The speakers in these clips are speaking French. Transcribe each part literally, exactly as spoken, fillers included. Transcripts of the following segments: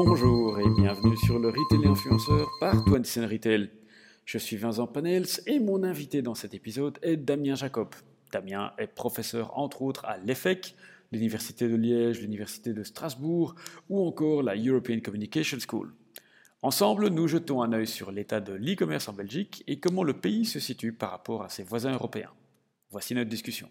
Bonjour et bienvenue sur le Retail Influenceur par vingt-cinq Retail. Je suis Vincent Panels et mon invité dans cet épisode est Damien Jacob. Damien est professeur entre autres à l'E F E C, l'Université de Liège, l'Université de Strasbourg ou encore la European Communication School. Ensemble, nous jetons un œil sur l'état de l'e-commerce en Belgique et comment le pays se situe par rapport à ses voisins européens. Voici notre discussion.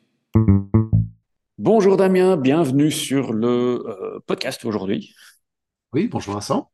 Bonjour Damien, bienvenue sur le euh, podcast aujourd'hui. Oui, bonjour Vincent.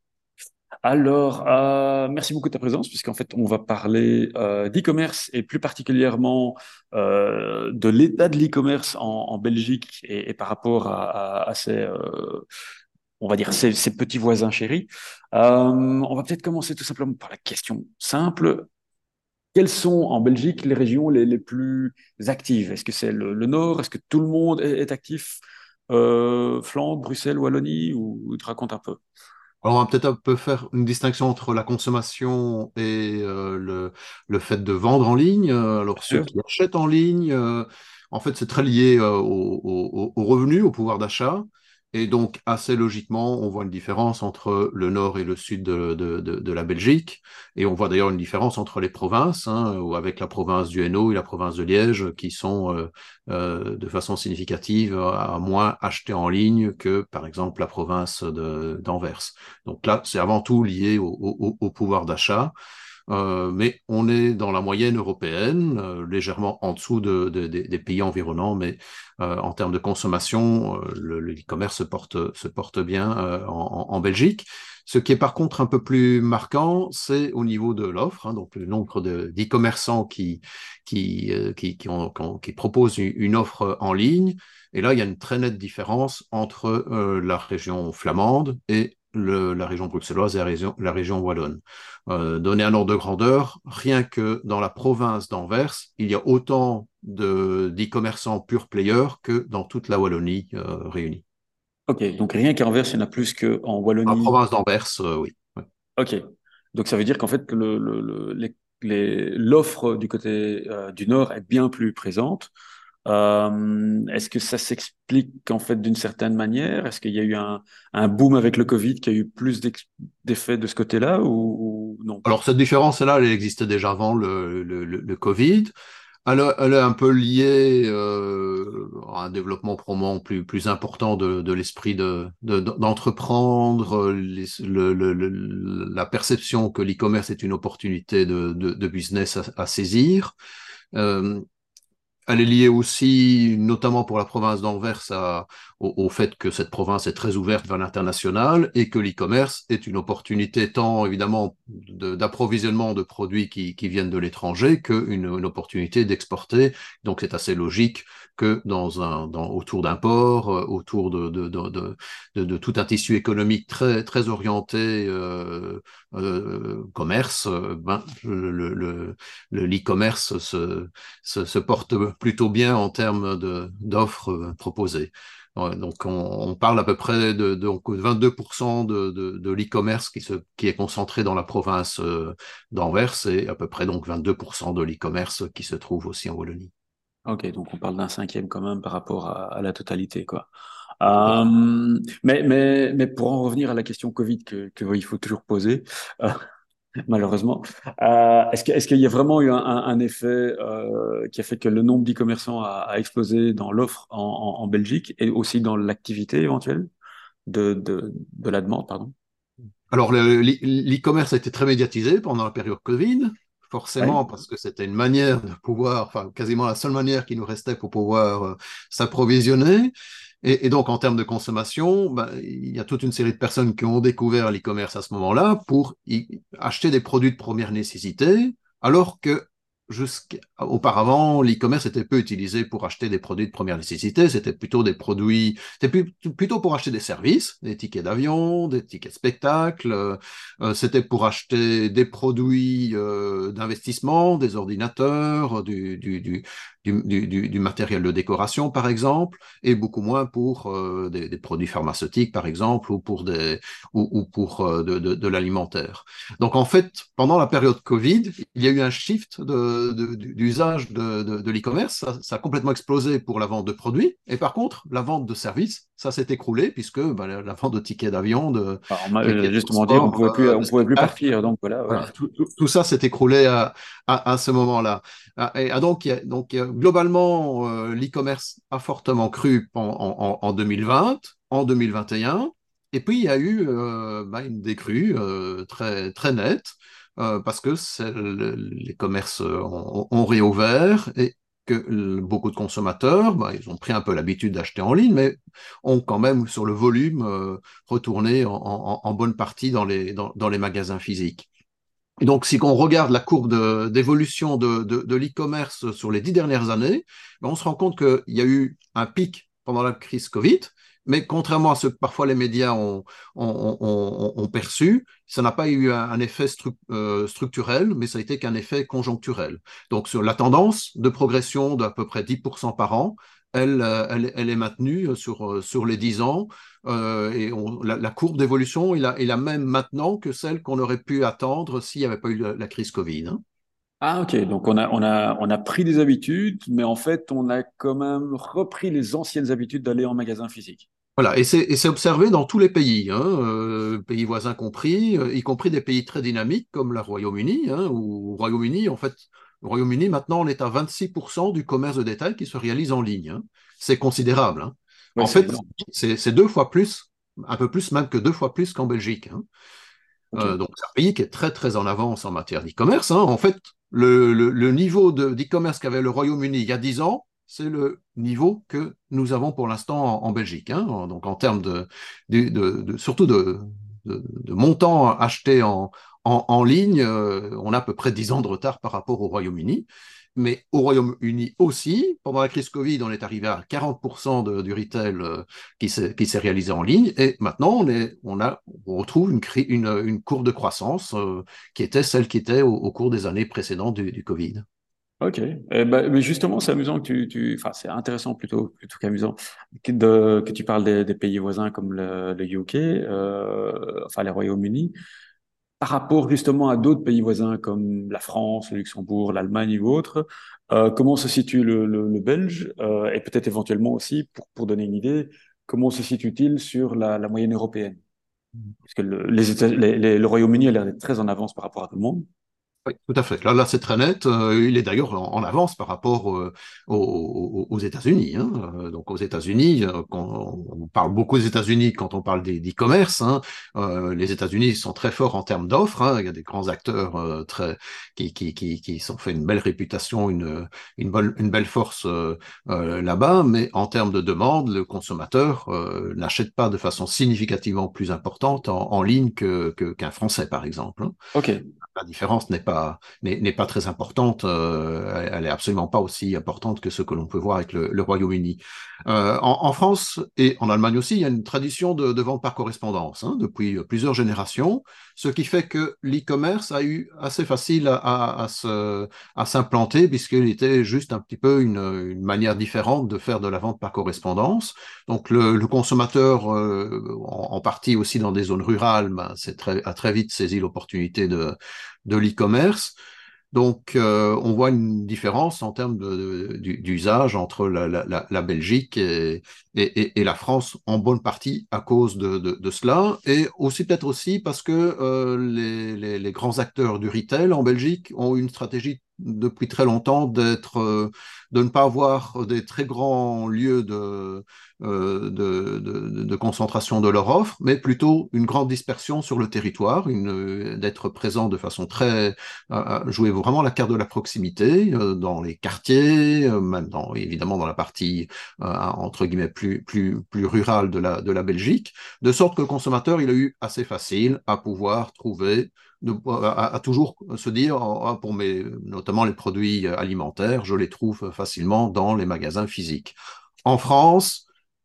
Alors, euh, merci beaucoup de ta présence, puisqu'en fait, on va parler euh, d'e-commerce et plus particulièrement euh, de l'état de l'e-commerce en, en Belgique et, et par rapport à, à, à ces, euh, on va dire, ces, ces petits voisins chéris. Euh, on va peut-être commencer tout simplement par la question simple. Quelles sont en Belgique les régions les, les plus actives? Est-ce que c'est le, le nord? Est-ce que tout le monde est, est actif? Euh, Flandre, Bruxelles, Wallonie, ou, ou te raconte un peu? Alors, on va peut-être un peu faire une distinction entre la consommation et euh, le, le fait de vendre en ligne. Euh, Alors, Bien ceux sûr. qui achètent en ligne, euh, en fait, c'est très lié euh, au, au, au revenu, au pouvoir d'achat. Et donc, assez logiquement, on voit une différence entre le nord et le sud de, de, de, de la Belgique. Et on voit d'ailleurs une différence entre les provinces, hein, ou avec la province du Hainaut et la province de Liège, qui sont euh, euh, de façon significative à moins acheter en ligne que, par exemple, la province de, d'Anvers. Donc là, c'est avant tout lié au, au, au pouvoir d'achat. Euh, mais on est dans la moyenne européenne, euh, légèrement en dessous de, de, de, des pays environnants, mais euh, en termes de consommation, euh, le, le e-commerce se porte, se porte bien euh, en, en Belgique. Ce qui est par contre un peu plus marquant, c'est au niveau de l'offre, hein, donc le nombre d'e-commerçants qui, qui, euh, qui, qui, ont, qui proposent une offre en ligne. Et là, il y a une très nette différence entre euh, la région flamande et le, la région bruxelloise et la région, la région wallonne. Euh, donner un ordre de grandeur, rien que dans la province d'Anvers, il y a autant de d'e-commerçants pure players que dans toute la Wallonie euh, réunie. Ok, donc rien qu'à Anvers, il y en a plus qu'en La Wallonie. province d'Anvers, euh, oui. Ouais. Ok, donc ça veut dire qu'en fait, que le, le- le- les- les- l'offre du côté euh, du Nord est bien plus présente. Euh, est-ce que ça s'explique en fait d'une certaine manière? Est-ce qu'il y a eu un, un boom avec le Covid, qu'il y a eu plus d'ex- d'effets de ce côté-là ou, ou non? Alors cette différence-là, elle existait déjà avant le, le, le, le Covid. Elle, est elle est un peu liée euh, à un développement probablement plus, plus important de, de l'esprit de, de- d'entreprendre, les- le, le- le- la perception que l'e-commerce est une opportunité de, de, de business à, à saisir. Euh, Elle est liée aussi, notamment pour la province d'Anvers, à- au, au fait que cette province est très ouverte vers l'international et que l'e-commerce est une opportunité tant évidemment de- d'approvisionnement de produits qui, qui viennent de l'étranger qu'une une opportunité d'exporter. Donc c'est assez logique que dans un, dans, autour d'un port, euh, autour de, de, de, de, de- de tout un tissu économique très, très orienté euh, euh, commerce, euh, ben, le, le, le, le- l'e-commerce se se, se porte plutôt bien en termes de, d'offres euh, proposées. Ouais, donc on, on parle à peu près de, de donc vingt-deux pour cent de, de, de l'e-commerce qui, se, qui est concentré dans la province euh, d'Anvers et à peu près donc vingt-deux pour cent de l'e-commerce qui se trouve aussi en Wallonie. Ok, donc on parle d'un cinquième quand même par rapport à, à la totalité, quoi. Euh, mais, mais, mais pour en revenir à la question Covid que, que il faut toujours poser, euh, malheureusement, euh, est-ce que, est-ce qu'il y a vraiment eu un, un- un effet euh, qui a fait que le nombre d'e-commerçants a, a explosé dans l'offre en, en, en Belgique et aussi dans l'activité éventuelle de, de, de la demande, pardon? Alors, le- l'e- l'e-commerce a été très médiatisé pendant la période Covid, Oui. forcément parce que c'était une manière de pouvoir, enfin quasiment la seule manière qui nous restait pour pouvoir euh, s'approvisionner. Et, et donc, en termes de consommation, ben, il y a toute une série de personnes qui ont découvert l'e-commerce à ce moment-là pour y acheter des produits de première nécessité, alors que jusqu'auparavant, l'e-commerce était peu utilisé pour acheter des produits de première nécessité. C'était plutôt des produits, c'était plutôt pour acheter des services, des tickets d'avion, des tickets de spectacle. Euh, euh, c'était pour acheter des produits euh, d'investissement, des ordinateurs, du, du, du, du, du, du, du matériel de décoration, par exemple, et beaucoup moins pour euh, des, des produits pharmaceutiques, par exemple, ou pour, des, ou, ou pour euh, de, de, de l'alimentaire. Donc, en fait, pendant la période Covid, il y a eu un shift de, de, d'usage de, de, de l'e-commerce. Ça, ça a complètement explosé pour la vente de produits. Et par contre, la vente de services, ça s'est écroulé puisque ben, la, la vente de tickets d'avion, de Alors, on m'a- qualité euh, de justement dire, on transport, pouvait plus, euh, de on pouvait plus spectacle, partir. Donc voilà, ouais. voilà, tout, tout, tout ça s'est écroulé à, à, à ce moment-là. Ah, Et, ah, donc, il y a- donc, il y a- globalement, euh, l'e-commerce a fortement cru en, en, en deux mille vingt, en deux mille vingt et un, et un, et puis il y a eu euh, bah, une décrue euh, très, très nette euh, parce que c'est le- les commerces ont, ont réouvert et que le- beaucoup de consommateurs, bah, ils ont pris un peu l'habitude d'acheter en ligne, mais ont quand même, sur le volume, euh, retourné en, en- en bonne partie dans les, dans, dans les magasins physiques. Et donc, si on regarde la courbe de- d'évolution de, de, de l'e-commerce sur les dix dernières années, ben, on se rend compte qu'il y a eu un pic pendant la crise Covid, mais contrairement à ce que parfois les médias ont, ont, ont- ont perçu, ça n'a pas eu un, un effet stru- euh, structurel, mais ça a été qu'un effet conjoncturel. Donc, sur la tendance de progression d'à peu près dix pour cent par an, elle, euh, elle, elle est maintenue sur, euh, sur les dix ans. Euh, et on- la, la courbe d'évolution est la, est la même maintenant que celle qu'on aurait pu attendre s'il n'y avait pas eu la, la crise Covid, hein. Ah, ok. Donc on a, on a, on a pris des habitudes, mais en fait, on a quand même repris les anciennes habitudes d'aller en magasin physique. Voilà, et c'est et c'est observé dans tous les pays, hein, euh, pays voisins compris, euh, y compris des pays très dynamiques comme le Royaume-Uni, hein, où au Royaume-Uni, en fait, au Royaume-Uni, maintenant, on est à vingt-six pour cent du commerce de détail qui se réalise en ligne, hein. C'est considérable, hein. Ouais, En c'est fait, énorme. c'est c'est deux fois plus, un peu plus même que deux fois plus qu'en Belgique, hein. Ok. Euh, donc, c'est un pays qui est très, très en avance en matière d'e-commerce, hein. En fait, le, le- le niveau de- d'e-commerce qu'avait le Royaume-Uni il y a dix ans, c'est le niveau que nous avons pour l'instant en, en Belgique, hein. Donc, en termes de, de- de- de- surtout de, de, de montants achetés en, en, en ligne, euh, on a à peu près dix ans de retard par rapport au Royaume-Uni. Mais au Royaume-Uni aussi, pendant la crise Covid, on est arrivé à quarante pour cent de- du retail euh, qui s'est qui s'est réalisé en ligne. Et maintenant, on, est, on, a, on retrouve une, cri- une, une courbe de croissance euh, qui était celle qui était au, au cours des années précédentes du, du Covid. Ok. Eh ben, mais justement, c'est amusant que tu, tu, enfin, c'est intéressant plutôt, plutôt qu'amusant que, de- que tu parles des, des pays voisins comme le, le U K, euh, enfin les Royaumes-Unis, par rapport justement à d'autres pays voisins comme la France, le Luxembourg, l'Allemagne ou autres. Euh, comment se situe le, le, le Belge euh, et peut-être éventuellement aussi, pour, pour donner une idée, comment se situe-t-il sur la, la moyenne européenne? Parce que le, les États, les- les- le Royaume-Uni a l'air d'être très en avance par rapport à tout le monde. Oui, tout à fait. Là, là c'est très net. Euh, il est d'ailleurs en, en avance par rapport euh, aux, aux- aux États-Unis, hein. Euh, donc aux États-Unis, euh, quand on parle beaucoup des États-Unis quand on parle des- d'e-commerce, hein. Euh, les États-Unis sont très forts en termes d'offres, hein. Il y a des grands acteurs euh, très qui qui qui qui sont fait une belle réputation, une une bonne une belle force euh, euh, là-bas. Mais en termes de demande, le consommateur euh, n'achète pas de façon significativement plus importante en, en ligne que que- qu'un Français, par exemple, hein. Ok. La différence n'est pas, n'est, n'est pas très importante. Euh, elle, elle est absolument pas aussi importante que ce que l'on peut voir avec le, le Royaume-Uni. Euh, en, en France et en Allemagne aussi, il y a une tradition de, de vente par correspondance, hein, depuis plusieurs générations, ce qui fait que l'e-commerce a eu assez facile à, à, à se, à s'implanter puisqu'il était juste un petit peu une, une manière différente de faire de la vente par correspondance. Donc le, le consommateur, euh, en, en partie aussi dans des zones rurales, ben, c'est très, a très vite saisi l'opportunité de de l'e-commerce. Donc, euh, on voit une différence en termes de- de- d'usage entre la, la- la- la Belgique et, et- et- et la France, en bonne partie à cause de, de- de cela, et aussi peut-être aussi parce que euh, les, les- les grands acteurs du retail en Belgique ont une stratégie depuis très longtemps d'être, euh, de ne pas avoir des très grands lieux de, euh, de, de- de concentration de leur offre, mais plutôt une grande dispersion sur le territoire, une, d'être présent de façon très euh, jouer vraiment la carte de la proximité euh, dans les quartiers, euh, même dans, évidemment dans la partie euh, entre guillemets plus, plus, plus rurale de la, de la Belgique, de sorte que le consommateur, il a eu assez facile à pouvoir trouver, de, à, à toujours se dire, ah, pour mes, notamment les produits alimentaires, je les trouve facilement dans les magasins physiques. En France,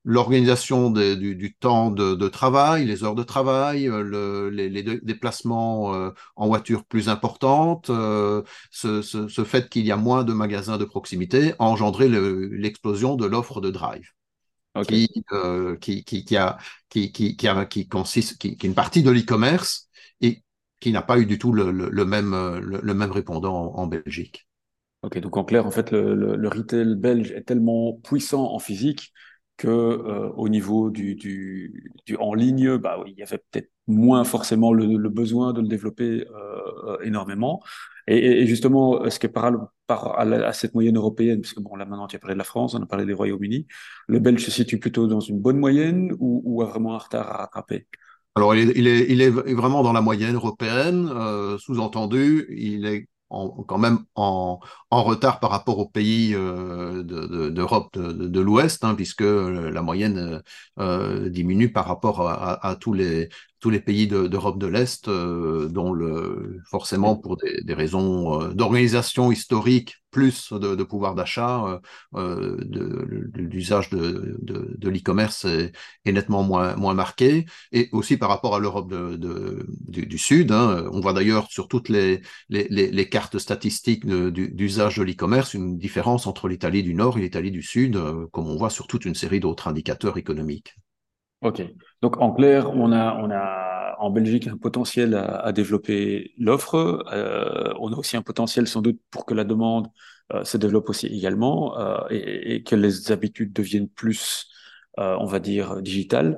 l'organisation des- du, du temps de, de travail, les heures de travail, euh, le- les, les dé- déplacements euh, en voiture plus importantes, euh, ce, ce- ce fait qu'il y a moins de magasins de proximité a engendré le- l'explosion de l'offre de drive, Ok. qui, euh, qui, qui, qui a, qui, qui, qui a- qui consiste, qui, qui est une partie de l'e-commerce et qui n'a pas eu du tout le, le- le même, euh, le, le même répondant en, en Belgique. Ok, donc en clair, en fait, le, le, le retail belge est tellement puissant en physique que euh, au niveau du, du, du en ligne, bah oui, il y avait peut-être moins forcément le, le besoin de le développer euh, énormément. Et, et et justement, est-ce que par, par à, la- à cette moyenne européenne, puisque bon, là maintenant tu as parlé de la France, on a parlé des Royaumes-Unis, le Belge se situe plutôt dans une bonne moyenne ou, ou a vraiment un retard à rattraper? Alors, il est, il est, il est vraiment dans la moyenne européenne, euh, sous-entendu, il est en- quand même en, en retard par rapport aux pays euh, de- de- d'Europe de, de- de l'Ouest, hein, puisque euh, la moyenne euh, euh, diminue par rapport à, à- à tous les, tous les pays de- d'Europe de l'Est, euh, dont le, forcément pour des, des raisons euh, d'organisation historique, plus de, de pouvoir d'achat, euh, euh, de- l'usage de, de, de l'e-commerce est, est nettement moins, moins marqué et aussi par rapport à l'Europe de, de, du, du, Sud. Hein. On voit d'ailleurs sur toutes les, les, les, les cartes statistiques de, du, d'usage de l'e-commerce une différence entre l'Italie du Nord et l'Italie du Sud, euh, comme on voit sur toute une série d'autres indicateurs économiques. Ok. Donc en clair, on a, on a en Belgique un potentiel à, à développer l'offre. Euh, on a aussi un potentiel sans doute pour que la demande euh, se développe aussi également euh, et, et que les habitudes deviennent plus, euh, on va dire, digitales.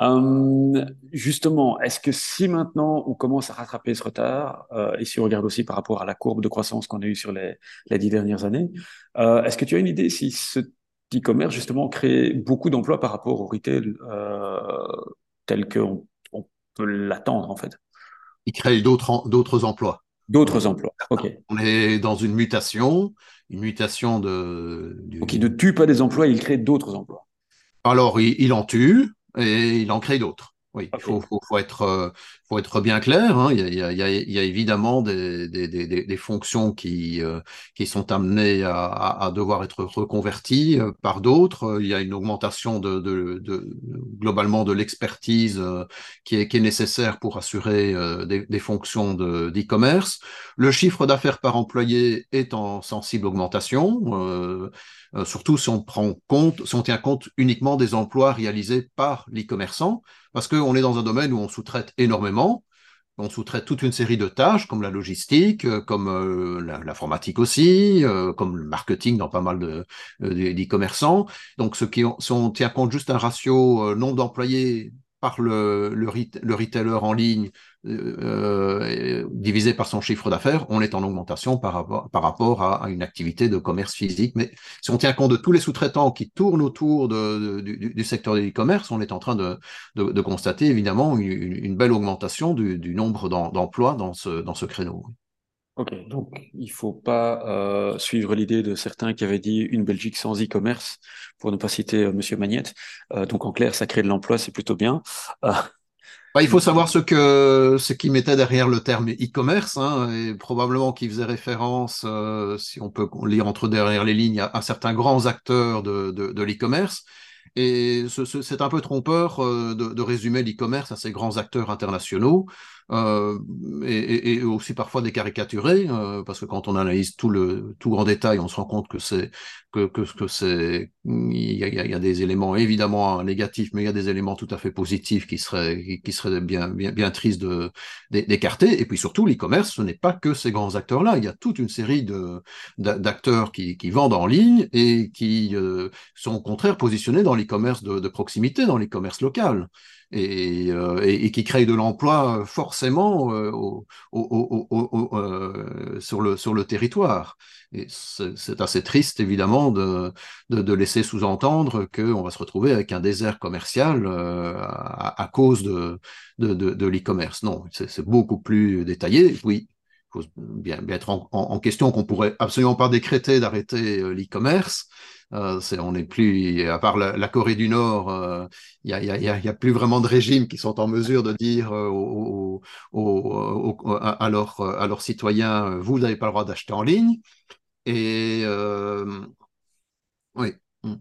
Hum, justement, est-ce que si maintenant on commence à rattraper ce retard, euh, et si on regarde aussi par rapport à la courbe de croissance qu'on a eue sur les, les dix dernières années, euh, est-ce que tu as une idée si ce e-commerce, justement, crée beaucoup d'emplois par rapport au retail euh, tel qu'on on peut l'attendre, en fait. Ils créent d'autres, d'autres emplois. D'autres emplois. OK. On est dans une mutation, une mutation de, Donc, du, il ne tue pas des emplois, il crée d'autres emplois. Alors, il, il en tue et il en crée d'autres. Oui, il faut, OK. faut, faut être, euh, faut être bien clair. Hein. Il y a, il y a, il y a, il y a évidemment des, des, des, des des fonctions qui, euh, qui sont amenées à, à, à devoir être reconverties euh, par d'autres. Il y a une augmentation de, de, de globalement de l'expertise euh, qui est, qui est nécessaire pour assurer euh, des, des fonctions de, d'e-commerce. Le chiffre d'affaires par employé est en sensible augmentation. Euh, euh, surtout si on prend compte, si on tient compte uniquement des emplois réalisés par l'e-commerçant, parce qu'on est dans un domaine où on sous-traite énormément. On sous-traite toute une série de tâches, comme la logistique, euh, comme euh, la- l'informatique aussi, euh, comme le marketing dans pas mal de, euh, d'e-commerçants. Donc, ce qui, si on tient compte juste un ratio euh, nombre d'employés par le, le, ret- le retailer en ligne euh, euh, divisé par son chiffre d'affaires, on est en augmentation par rapport, par rapport à, à une activité de commerce physique. Mais si on tient compte de tous les sous-traitants qui tournent autour de, de, du, du secteur de l'e-commerce, on est en train de, de, de constater évidemment une, une belle augmentation du, du nombre d'emplois dans ce, dans ce créneau. OK. Donc, il faut pas euh, suivre l'idée de certains qui avaient dit une Belgique sans e-commerce, pour ne pas citer euh, Monsieur Magnette. Euh, donc, en clair, ça crée de l'emploi, c'est plutôt bien. Euh, Bah, il faut savoir ce que ce qui mettait derrière le terme e-commerce, hein, et probablement qui faisait référence, euh, si on peut lire entre derrière les lignes, à, à certains grands acteurs de, de, de l'e-commerce. Et ce- ce- c'est un peu trompeur euh, de, de résumer l'e-commerce à ces grands acteurs internationaux, euh, et, et- et aussi parfois des caricaturés, euh, parce que quand on analyse tout le tout en détail, on se rend compte que c'est que, que, que c'est il y a, il y a des éléments évidemment négatifs, mais il y a des éléments tout à fait positifs qui seraient qui, qui seraient bien bien bien tristes de d'écarter. Et puis surtout, l'e-commerce, ce n'est pas que ces grands acteurs-là. Il y a toute une série de d'acteurs qui, qui vendent en ligne et qui euh, sont au contraire positionnés dans l'e-commerce de, de proximité, dans l'e-commerce local. Et, euh, et, et, qui créent de l'emploi euh, forcément euh, au, au, au, au, euh, sur, le, sur le territoire. Et c'est assez triste, évidemment, de, de, de laisser sous-entendre qu'on va se retrouver avec un désert commercial euh, à, à, cause de, de, de, de l'e-commerce. Non, c'est beaucoup plus détaillé. Oui, il faut bien, bien être en, en, en question qu'on pourrait absolument pas décréter d'arrêter euh, l'e-commerce. Euh, on n'est plus, à part la, la Corée du Nord, euh, il n'y a, y a, y a, y a plus vraiment de régimes qui sont en mesure de dire euh, aux, aux, aux, à, leurs, à leurs citoyens, euh, vous n'avez pas le droit d'acheter en ligne. Et euh, oui.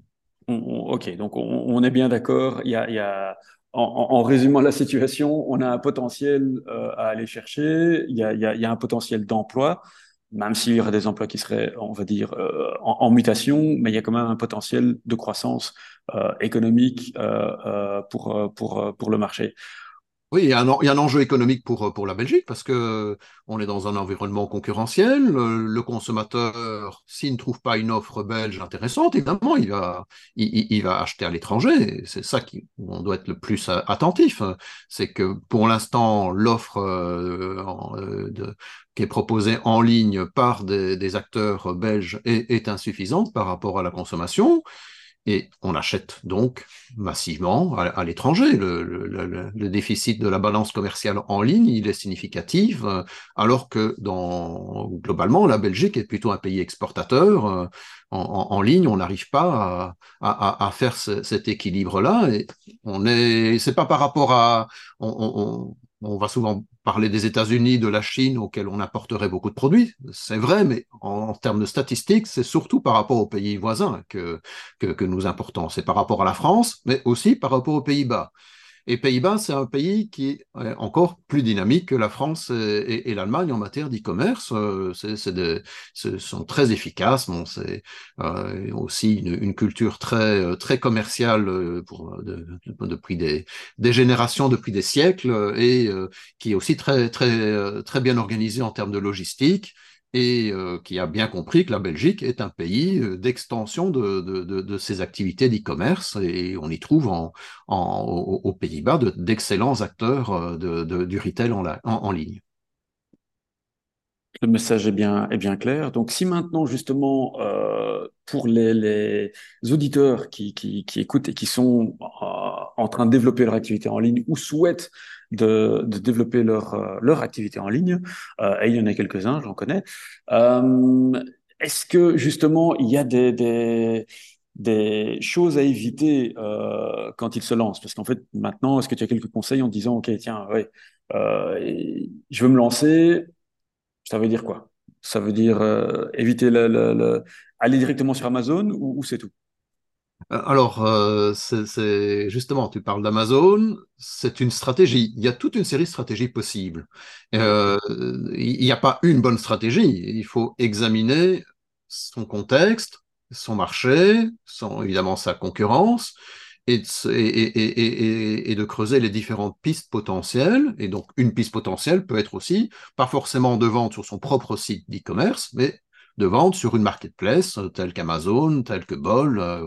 On- on- ok, donc on, on est bien d'accord. Il y a, il y a, en, en- en résumant la situation, on a un potentiel euh, à aller chercher. Il y a, il y a, il y a un potentiel d'emploi, même s'il y aurait des emplois qui seraient, on va dire, euh, en, en mutation, mais il y a quand même un potentiel de croissance euh, économique euh, euh, pour, euh, pour, euh, pour le marché. Oui, il y a un, en- il y a un enjeu économique pour, pour la Belgique parce que on est dans un environnement concurrentiel. Le, le consommateur, s'il ne trouve pas une offre belge intéressante, évidemment, il va, il, il- il va acheter à l'étranger. C'est ça qui, où on doit être le plus a- attentif. C'est que pour l'instant, l'offre euh, en- euh, de- qui est proposée en ligne par des, des acteurs belges est, est insuffisante par rapport à la consommation. Et on achète donc massivement à, à l'étranger. Le, le, le, le déficit de la balance commerciale en ligne, il est significatif, euh, alors que dans, globalement, la Belgique est plutôt un pays exportateur. Euh, en, en, en ligne, on n'arrive pas à, à, à faire ce, cet équilibre-là. Et on est, c'est pas par rapport à, on, on, on va souvent parler des États-Unis, de la Chine, auxquels on apporterait beaucoup de produits. C'est vrai, mais en, en termes de statistiques, c'est surtout par rapport aux pays voisins que que, que nous importons. C'est par rapport à la France, mais aussi par rapport aux Pays-Bas. Et Pays-Bas, c'est un pays qui est encore plus dynamique que la France et, et, et l'Allemagne en matière d'e-commerce. Euh, c'est, c'est de, ce sont très efficaces. Bon, c'est euh, aussi une, une, culture très, très commerciale euh, pour, de, de, depuis des, des, générations, depuis des siècles, et euh, qui est aussi très, très, très bien organisée en termes de logistique et euh, qui a bien compris que la Belgique est un pays euh, d'extension de, de, de, de ses activités d'e-commerce et on y trouve en, en, aux, aux Pays-Bas de, d'excellents acteurs euh, de, de, du retail en, la, en, en ligne. Le message est bien, est bien clair. Donc, si maintenant, justement, euh, pour les, les auditeurs qui, qui, qui écoutent et qui sont euh, en train de développer leur activité en ligne ou souhaitent de, de développer leur, euh, leur activité en ligne, euh, et il y en a quelques-uns, j'en connais, euh, est-ce que, justement, il y a des, des, des choses à éviter euh, quand ils se lancent? Parce qu'en fait, maintenant, est-ce que tu as quelques conseils en disant, OK, tiens, ouais, euh, je veux me lancer. Ça veut dire quoi? Ça veut dire euh, éviter le, le- le- aller directement sur Amazon ou, ou c'est tout? Euh, Alors, euh, c'est, c'est- justement, tu parles d'Amazon, c'est une stratégie. Il y a toute une série de stratégies possibles. Ok. Euh, il n'y a pas une bonne stratégie. Il faut examiner son contexte, son marché, son, évidemment sa concurrence, et de, se- et, et- et- et- et de creuser les différentes pistes potentielles. Et donc, une piste potentielle peut être aussi, pas forcément de vente sur son propre site d'e-commerce, mais de vente sur une marketplace euh, telle qu'Amazon, telle que Bol, euh,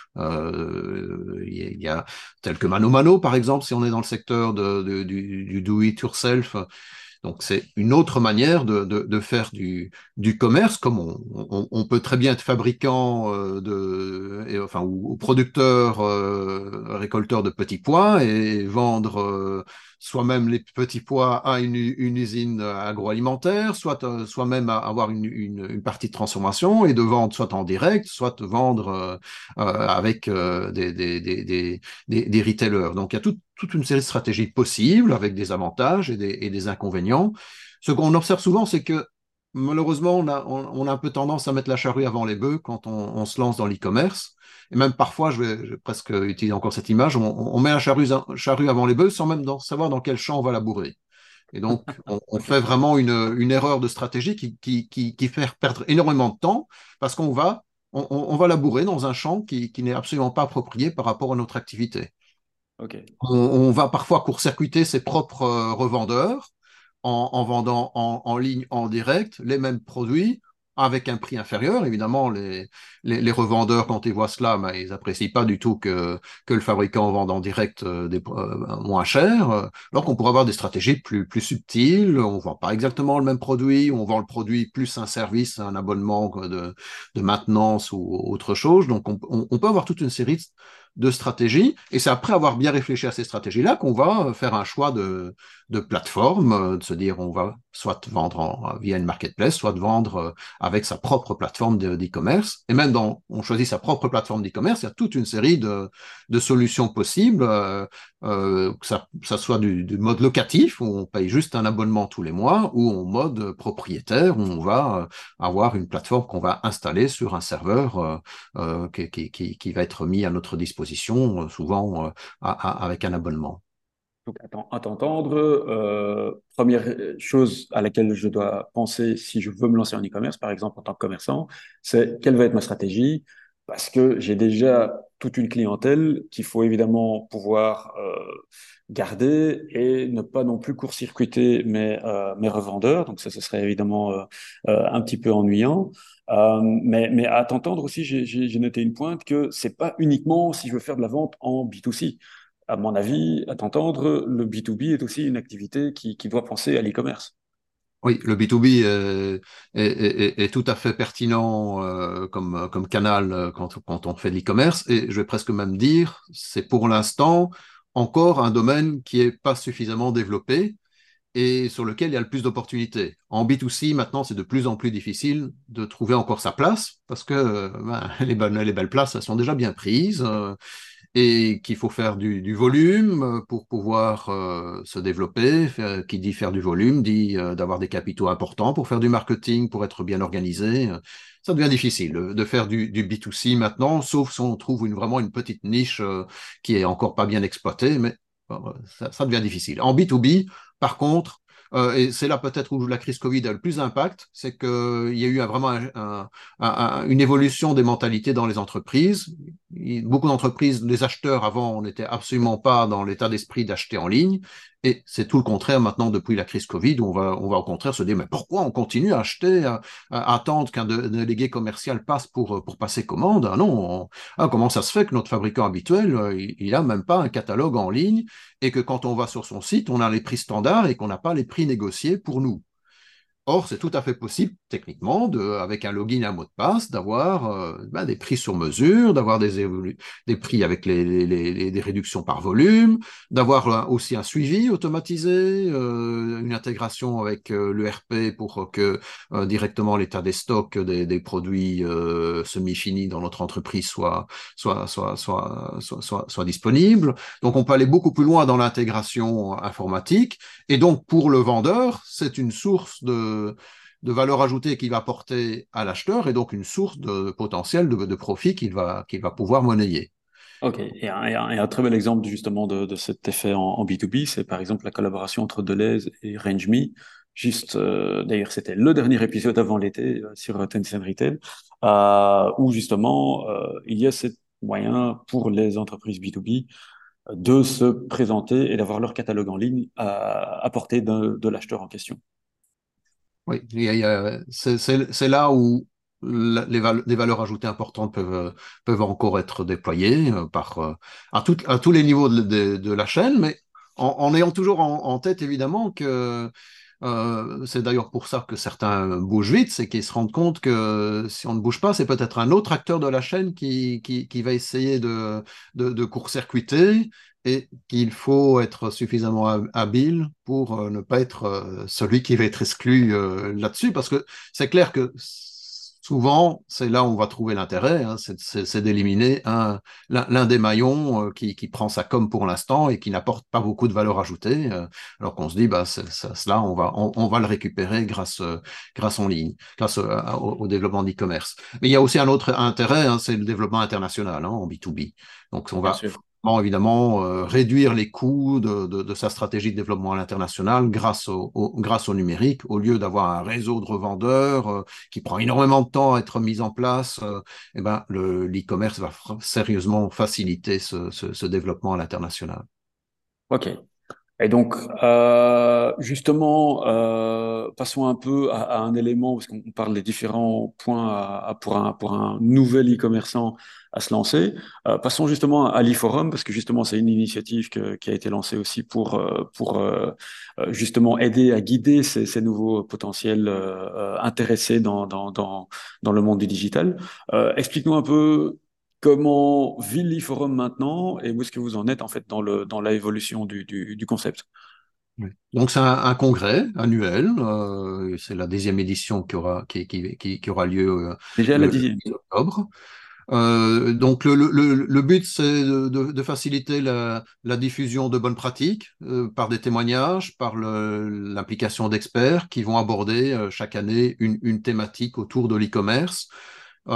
euh, il y a tel que Mano Mano, par exemple, si on est dans le secteur de, de, du, du do-it-yourself. Donc, c'est une autre manière de, de, de faire du, du commerce, comme on, on, on peut très bien être fabricant euh, de, et, enfin, ou, ou producteur, euh, récolteur de petits pois et vendre euh, soi-même les petits pois à une, une usine agroalimentaire, soit euh, soi-même avoir une, une, une partie de transformation et de vendre soit en direct, soit vendre euh, euh, avec euh, des, des, des, des, des, des retailers. Donc, il y a tout, toute une série de stratégies possibles avec des avantages et des, et des inconvénients. Ce qu'on observe souvent, c'est que malheureusement, on a, on, on a un peu tendance à mettre la charrue avant les bœufs quand on, on se lance dans l'e-commerce. Et même parfois, je vais, je vais presque utiliser encore cette image, on, on met la charrue, charrue avant les bœufs sans même dans, savoir dans quel champ on va labourer. Et donc, on, on Ok. fait vraiment une, une erreur de stratégie qui, qui, qui, qui fait perdre énormément de temps parce qu'on va, on, on va labourer dans un champ qui, qui n'est absolument pas approprié par rapport à notre activité. Ok. On, on va parfois court-circuiter ses propres euh, revendeurs en, en vendant en, en ligne, en direct, les mêmes produits avec un prix inférieur. Évidemment, les, les, les revendeurs, quand ils voient cela, ben, ils apprécient pas du tout que, que le fabricant vende en direct euh, des, euh, moins cher. Euh, Alors qu'on pourrait avoir des stratégies plus, plus subtiles. On vend pas exactement le même produit, on vend le produit plus un service, un abonnement de, de maintenance ou autre chose. Donc, on, on, on peut avoir toute une série de stratégies. Et c'est après avoir bien réfléchi à ces stratégies-là qu'on va faire un choix de, de plateforme, euh, de se dire on va soit vendre en, via une marketplace, soit de vendre euh, avec sa propre plateforme de- d'e-commerce. Et même dans, on choisit sa propre plateforme d'e-commerce, il y a toute une série de, de solutions possibles, euh, euh, que ça, ça soit du, du mode locatif, où on paye juste un abonnement tous les mois, ou en mode propriétaire, où on va euh, avoir une plateforme qu'on va installer sur un serveur euh, euh, qui, qui, qui, qui va être mis à notre disposition, euh, souvent euh, à, à, avec un abonnement. Donc, attends, à t'entendre, euh, première chose à laquelle je dois penser si je veux me lancer en e-commerce, par exemple en tant que commerçant, c'est quelle va être ma stratégie, parce que j'ai déjà toute une clientèle qu'il faut évidemment pouvoir euh, garder et ne pas non plus court-circuiter mes, euh, mes revendeurs. Donc ça, ce serait évidemment euh, euh, un petit peu ennuyant. Euh, mais, mais à t'entendre aussi, j'ai j'ai- j'ai noté une pointe que c'est pas uniquement si je veux faire de la vente en B deux C. À mon avis, à t'entendre, le B deux B est aussi une activité qui, qui doit penser à l'e-commerce. Oui, le B deux B est, est, est, est tout à fait pertinent euh, comme, comme canal euh, quand, quand on fait de l'e-commerce. Et je vais presque même dire, c'est pour l'instant encore un domaine qui n'est pas suffisamment développé et sur lequel il y a le plus d'opportunités. En B deux C, maintenant, c'est de plus en plus difficile de trouver encore sa place parce que euh, ben, les, bonnes, les belles places, elles sont déjà bien prises. Euh, et qu'il faut faire du, du volume euh, pour pouvoir euh, se développer. Faire- qui dit faire du volume dit euh, d'avoir des capitaux importants pour faire du marketing, pour être bien organisé. Euh, Ça devient difficile de, de faire du, du B deux C maintenant, sauf si on trouve une, vraiment une petite niche euh, qui est encore pas bien exploitée, mais euh, ça, ça devient difficile. En B deux B, par contre, euh, et c'est là peut-être où la crise Covid a le plus d'impact, c'est qu'il y a eu un- vraiment un- un- un- une évolution des mentalités dans les entreprises. Beaucoup d'entreprises, les acheteurs avant, n'étaient absolument pas dans l'état d'esprit d'acheter en ligne. Et c'est tout le contraire maintenant depuis la crise Covid, où on va, on va au contraire se dire, mais pourquoi on continue à acheter, à, à attendre qu'un de- délégué commercial passe pour, pour passer commande? Ah non, on- ah, comment ça se fait que notre fabricant habituel, euh, il, il a même pas un catalogue en ligne et que quand on va sur son site, on a les prix standards et qu'on n'a pas les prix négociés pour nous? Or, c'est tout à fait possible, techniquement, de, avec un login et un mot de passe, d'avoir euh, ben, des prix sur mesure, d'avoir des, évolu- des prix avec les, les- les- des réductions par volume, d'avoir euh, aussi un suivi automatisé, euh, une intégration avec euh, l'E R P pour que euh, directement l'état des stocks des, des produits euh, semi-finis dans notre entreprise soit, soit, soit, soit, soit, soit, soit disponible. Donc, on peut aller beaucoup plus loin dans l'intégration informatique. Et donc, pour le vendeur, c'est une source de, de valeur ajoutée qu'il va apporter à l'acheteur et donc une source de potentiel de, de profit qu'il va, qu'il va pouvoir monnayer. Ok, et un, et un- et un très bel exemple justement de, de cet effet en, en B deux B, c'est par exemple la collaboration entre Deleuze et RangeMe. Juste, euh, d'ailleurs, c'était le dernier épisode avant l'été euh, sur euh, Tencent Retail, euh, où justement euh, il y a ce moyen pour les entreprises B deux B euh, de se présenter et d'avoir leur catalogue en ligne à, à portée de, de l'acheteur en question. Oui, il y a- il y a- c'est c'est- c'est là où la- les, val- des valeurs ajoutées importantes peuvent, peuvent encore être déployées euh, par, euh, à, tout- à tous les niveaux de, de- de la chaîne, mais en, en ayant toujours en, en tête évidemment que euh, c'est d'ailleurs pour ça que certains bougent vite, c'est qu'ils se rendent compte que si on ne bouge pas, c'est peut-être un autre acteur de la chaîne qui, qui, qui va essayer de, de, de court-circuiter et qu'il faut être suffisamment hab- habile pour euh, ne pas être euh, celui qui va être exclu euh, là-dessus, parce que c'est clair que souvent, c'est là où on va trouver l'intérêt, hein, c'est c'est- c'est d'éliminer un, l'un l'un des maillons euh, qui, qui prend sa com pour l'instant et qui n'apporte pas beaucoup de valeur ajoutée, euh, alors qu'on se dit, bah, c'est- ça, cela, on va, on, on va le récupérer grâce, euh, grâce en ligne, grâce euh, au, au développement d'e-commerce. Mais il y a aussi un autre intérêt, hein, c'est le développement international hein, en B deux B. Donc, on Bien va sûr. Bon, évidemment, euh, réduire les coûts de, de, de sa stratégie de développement à l'international grâce au, au- grâce au numérique, au lieu d'avoir un réseau de revendeurs euh, qui prend énormément de temps à être mis en place, euh, eh ben, le, l'e-commerce va fra- sérieusement faciliter ce, ce, ce développement à l'international. Ok. Et donc, euh, justement, euh, passons un peu à, à un élément, parce qu'on parle des différents points à- à- pour un, pour un nouvel e-commerçant à se lancer. Euh, passons justement à l'e-forum, parce que justement, c'est une initiative que- qui a été lancée aussi pour, euh, pour euh, euh, justement aider à guider ces, ces nouveaux potentiels euh, euh, intéressés dans, dans, dans, dans le monde du digital. Euh, explique-nous un peu. Comment vit l'e-forum maintenant et où est-ce que vous en êtes en fait dans le, dans l'évolution du, du, du concept? Oui. Donc c'est un, un congrès annuel, euh, c'est la deuxième édition qui aura, qui, qui, qui, qui aura lieu euh, Déjà la le, le dixième. dix octobre. Euh, donc le, le, le le but, c'est de, de- de faciliter la, la diffusion de bonnes pratiques euh, par des témoignages, par le- l'implication d'experts qui vont aborder euh, chaque année une, une thématique autour de l'e-commerce euh,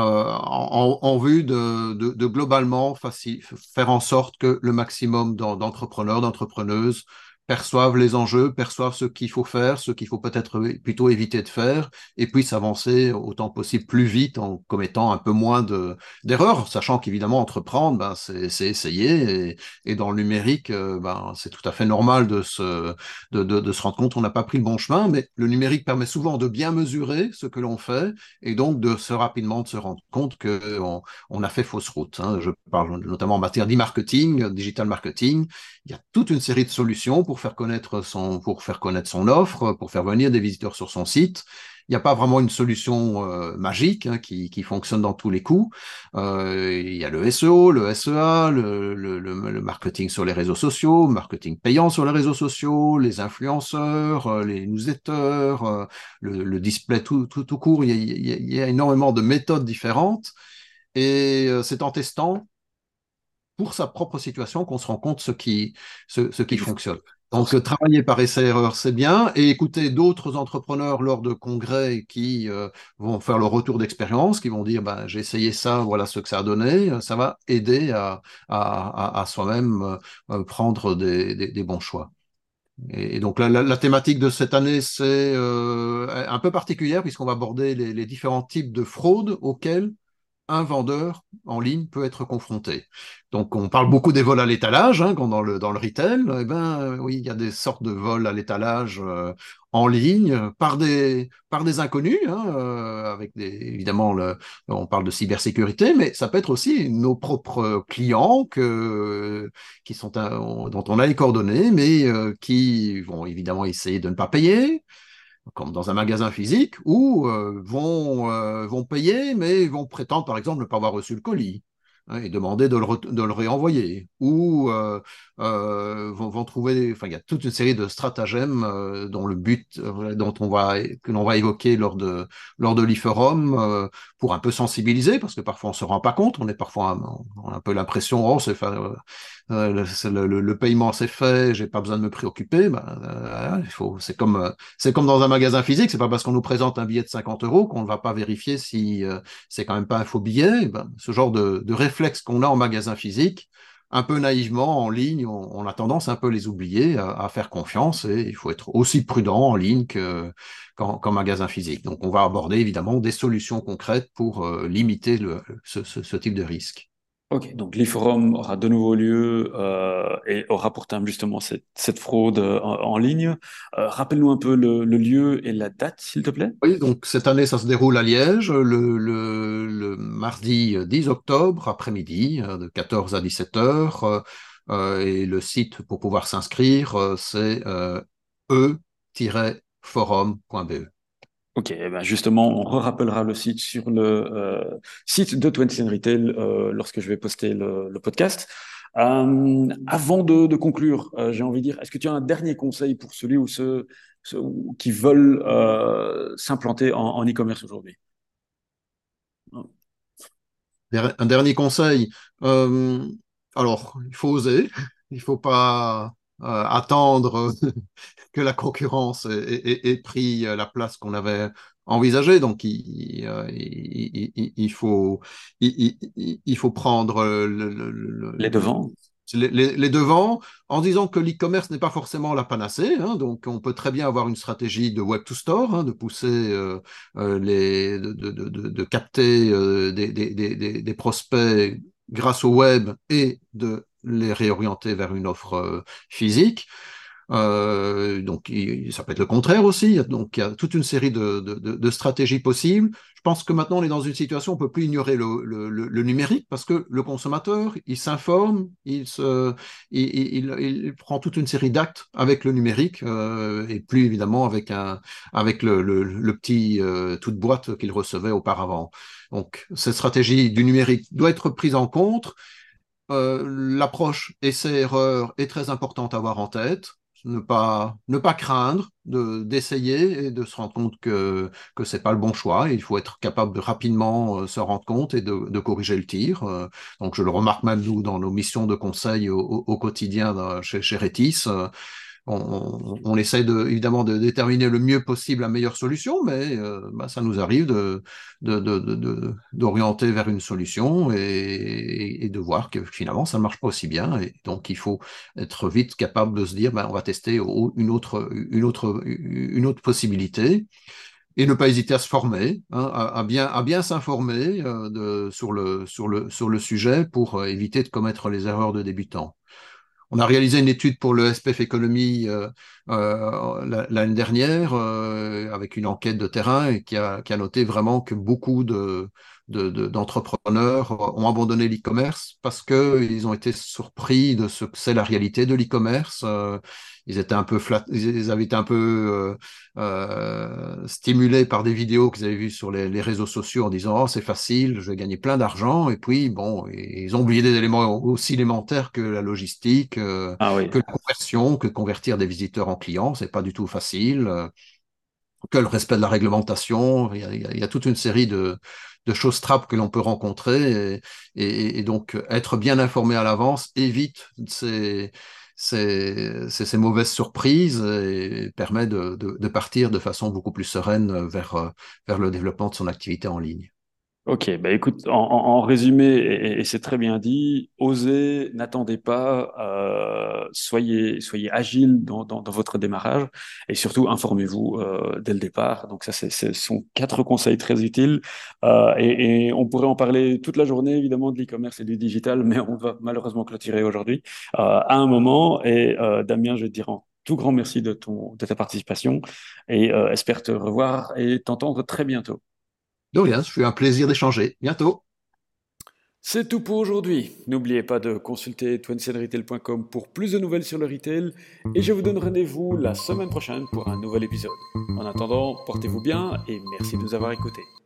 en, en vue de, de, de globalement faci- faire en sorte que le maximum d'en- d'entrepreneurs, d'entrepreneuses perçoivent les enjeux, perçoivent ce qu'il faut faire, ce qu'il faut peut-être plutôt éviter de faire, et puissent avancer autant possible plus vite en commettant un peu moins de, d'erreurs, sachant qu'évidemment entreprendre, ben, c'est, c'est essayer, et, et dans le numérique, euh, ben, c'est tout à fait normal de se, de, de, de se rendre compte qu'on n'a pas pris le bon chemin, mais le numérique permet souvent de bien mesurer ce que l'on fait et donc de se rapidement de se rendre compte qu'on on a fait fausse route. Hein. Je parle notamment en matière d'e-marketing, digital marketing. Il y a toute une série de solutions pour faire connaître son, pour faire connaître son offre, pour faire venir des visiteurs sur son site. Il n'y a pas vraiment une solution euh, magique hein, qui, qui fonctionne dans tous les coups. Euh, il y a le S E O, le S E A, le, le, le, le marketing sur les réseaux sociaux, le marketing payant sur les réseaux sociaux, les influenceurs, euh, les newsletters, euh, le, le display tout, tout, tout court. Il y, a, il, y a, il y a énormément de méthodes différentes et euh, c'est en testant pour sa propre situation qu'on se rend compte ce qui, ce, ce qui fonctionne. Donc, euh, Forcément. travailler par essai-erreur, c'est bien, et écouter d'autres entrepreneurs lors de congrès qui euh, vont faire leur retour d'expérience, qui vont dire, ben, j'ai essayé ça, voilà ce que ça a donné, ça va aider à, à, à, à soi-même euh, prendre des, des, des bons choix. Et, et donc, la, la, la, thématique de cette année, c'est euh, un peu particulière, puisqu'on va aborder les, les différents types de fraudes auxquelles un vendeur en ligne peut être confronté. Donc, on parle beaucoup des vols à l'étalage, hein, quand dans le, dans le retail. Eh ben, euh, oui, il y a des sortes de vols à l'étalage euh, en ligne par des, par des inconnus, hein, euh, avec des, évidemment, le, on parle de cybersécurité, mais ça peut être aussi nos propres clients que, qui sont, un- dont on a les coordonnées, mais euh, qui vont évidemment essayer de ne pas payer, comme dans un magasin physique, où euh, vont, euh, vont payer, mais vont prétendre, par exemple, ne pas avoir reçu le colis hein, et demander de le, re- de le réenvoyer. Ou euh, euh, vont, vont trouver, enfin, il y a toute une série de stratagèmes euh, dont le but, euh, dont on va, que l'on va évoquer lors de, lors de l'e-forum euh, pour un peu sensibiliser, parce que parfois on se rend pas compte, on est parfois, on a un peu l'impression, oh, c'est fa- euh, le, le- le- le paiement c'est fait, j'ai pas besoin de me préoccuper. Ben, euh, il faut, c'est comme, euh, c'est comme dans un magasin physique, c'est pas parce qu'on nous présente un billet de cinquante euros qu'on ne va pas vérifier si euh, c'est quand même pas un faux billet. Ben, ce genre de, de réflexe qu'on a en magasin physique, un peu naïvement en ligne, on, on a tendance un peu à les oublier, à, à faire confiance et il faut être aussi prudent en ligne que, qu'en, qu'en magasin physique. Donc on va aborder évidemment des solutions concrètes pour euh, limiter le, ce, ce, ce type de risque. Ok, donc l'e-forum aura de nouveau lieu euh, et aura pour thème justement cette, cette fraude euh, en, en ligne. Euh, rappelle-nous un peu le, le lieu et la date, s'il te plaît. Oui, donc cette année, ça se déroule à Liège le, le, le mardi dix octobre après-midi, euh, de quatorze à dix-sept heures. Euh, euh, et le site pour pouvoir s'inscrire, euh, c'est euh, e-forum point be. Ok, eh ben justement, on rappellera le site sur le euh, site de Twenty Retail euh, lorsque je vais poster le, le podcast. Euh, avant de, de conclure, euh, j'ai envie de dire, est-ce que tu as un dernier conseil pour celui ou ceux, ceux qui veulent euh, s'implanter en, en e-commerce aujourd'hui? Un dernier conseil. Euh, alors, il faut oser. Il faut pas euh, attendre que la concurrence ait, ait- ait pris la place qu'on avait envisagée. Donc, il, euh, il- il- il faut, il, il- il faut prendre le- le- le- Les devants? les, les- les devants en disant que l'e-commerce n'est pas forcément la panacée. Hein. Donc, on peut très bien avoir une stratégie de web to store, hein, de pousser euh, euh, les, de, de- de- de- de capter euh, des, des- des- des- des prospects grâce au web et de les réorienter vers une offre euh, physique. Euh, donc, il- ça peut être le contraire aussi. Il y a- Donc, il y a toute une série de, de- de- de stratégies possibles. Je pense que maintenant, on est dans une situation où on peut plus ignorer le, le- le- le numérique parce que le consommateur, il s'informe, il se, il, il- il- il prend toute une série d'actes avec le numérique euh, et plus évidemment avec un, avec le, le- le petit euh, toute boîte qu'il recevait auparavant. Donc, cette stratégie du numérique doit être prise en compte. Euh, l'approche essai-erreur est très importante à avoir en tête. Ne pas, ne pas craindre de, d'essayer et de se rendre compte que, que c'est pas le bon choix. Il faut être capable de rapidement euh, se rendre compte et de, de corriger le tir. Euh, donc, je le remarque même nous dans nos missions de conseil au, au, au quotidien dans- chez, chez Retis. Euh, on, on, on essaie de, évidemment de déterminer le mieux possible la meilleure solution, mais euh, bah, ça nous arrive de, de, de, de- de- d'orienter vers une solution et, et de voir que finalement ça ne marche pas aussi bien. Et donc il faut être vite capable de se dire bah, on va tester au- une autre, une autre, une autre possibilité. Et ne pas hésiter à se former, hein, à, à bien, à bien s'informer euh, de, sur le, sur le, sur le sujet pour euh, éviter de commettre les erreurs de débutants. On a réalisé une étude pour le S P F Économie euh, euh, l'année dernière euh, avec une enquête de terrain et qui a, qui a noté vraiment que beaucoup de, de- de- d'entrepreneurs ont abandonné l'e-commerce parce qu'ils ont été surpris de ce que c'est la réalité de l'e-commerce. Euh, ils étaient un peu flat, ils avaient été un peu euh, euh, stimulés par des vidéos qu'ils avaient vues sur les, les réseaux sociaux en disant oh c'est facile, je vais gagner plein d'argent et puis bon ils ont oublié des éléments aussi élémentaires que la logistique, euh, Ah oui. que la conversion, que convertir des visiteurs en clients, c'est pas du tout facile, euh, que le respect de la réglementation, il y a, il y a, il y a toute une série de, de choses trappes que l'on peut rencontrer et, et, et, donc être bien informé à l'avance évite ces, ces, ces, ces mauvaises surprises et permet de, de, de partir de façon beaucoup plus sereine vers, vers le développement de son activité en ligne. Ok, bah écoute, en, en- en résumé, et, et c'est très bien dit, osez, n'attendez pas, euh, soyez, soyez agile dans, dans, dans votre démarrage et surtout informez-vous euh, dès le départ. Donc ça, c'est, ce sont quatre conseils très utiles euh, et, et on pourrait en parler toute la journée, évidemment, de l'e-commerce et du digital, mais on va malheureusement clôturer aujourd'hui euh, à un moment. Et euh, Damien, je vais te dire un tout grand merci de ton, de ta participation et euh, espère te revoir et t'entendre très bientôt. De rien, je fais un plaisir d'échanger. Bientôt. C'est tout pour aujourd'hui. N'oubliez pas de consulter twenty retail point com pour plus de nouvelles sur le retail et je vous donne rendez-vous la semaine prochaine pour un nouvel épisode. En attendant, portez-vous bien et merci de nous avoir écoutés.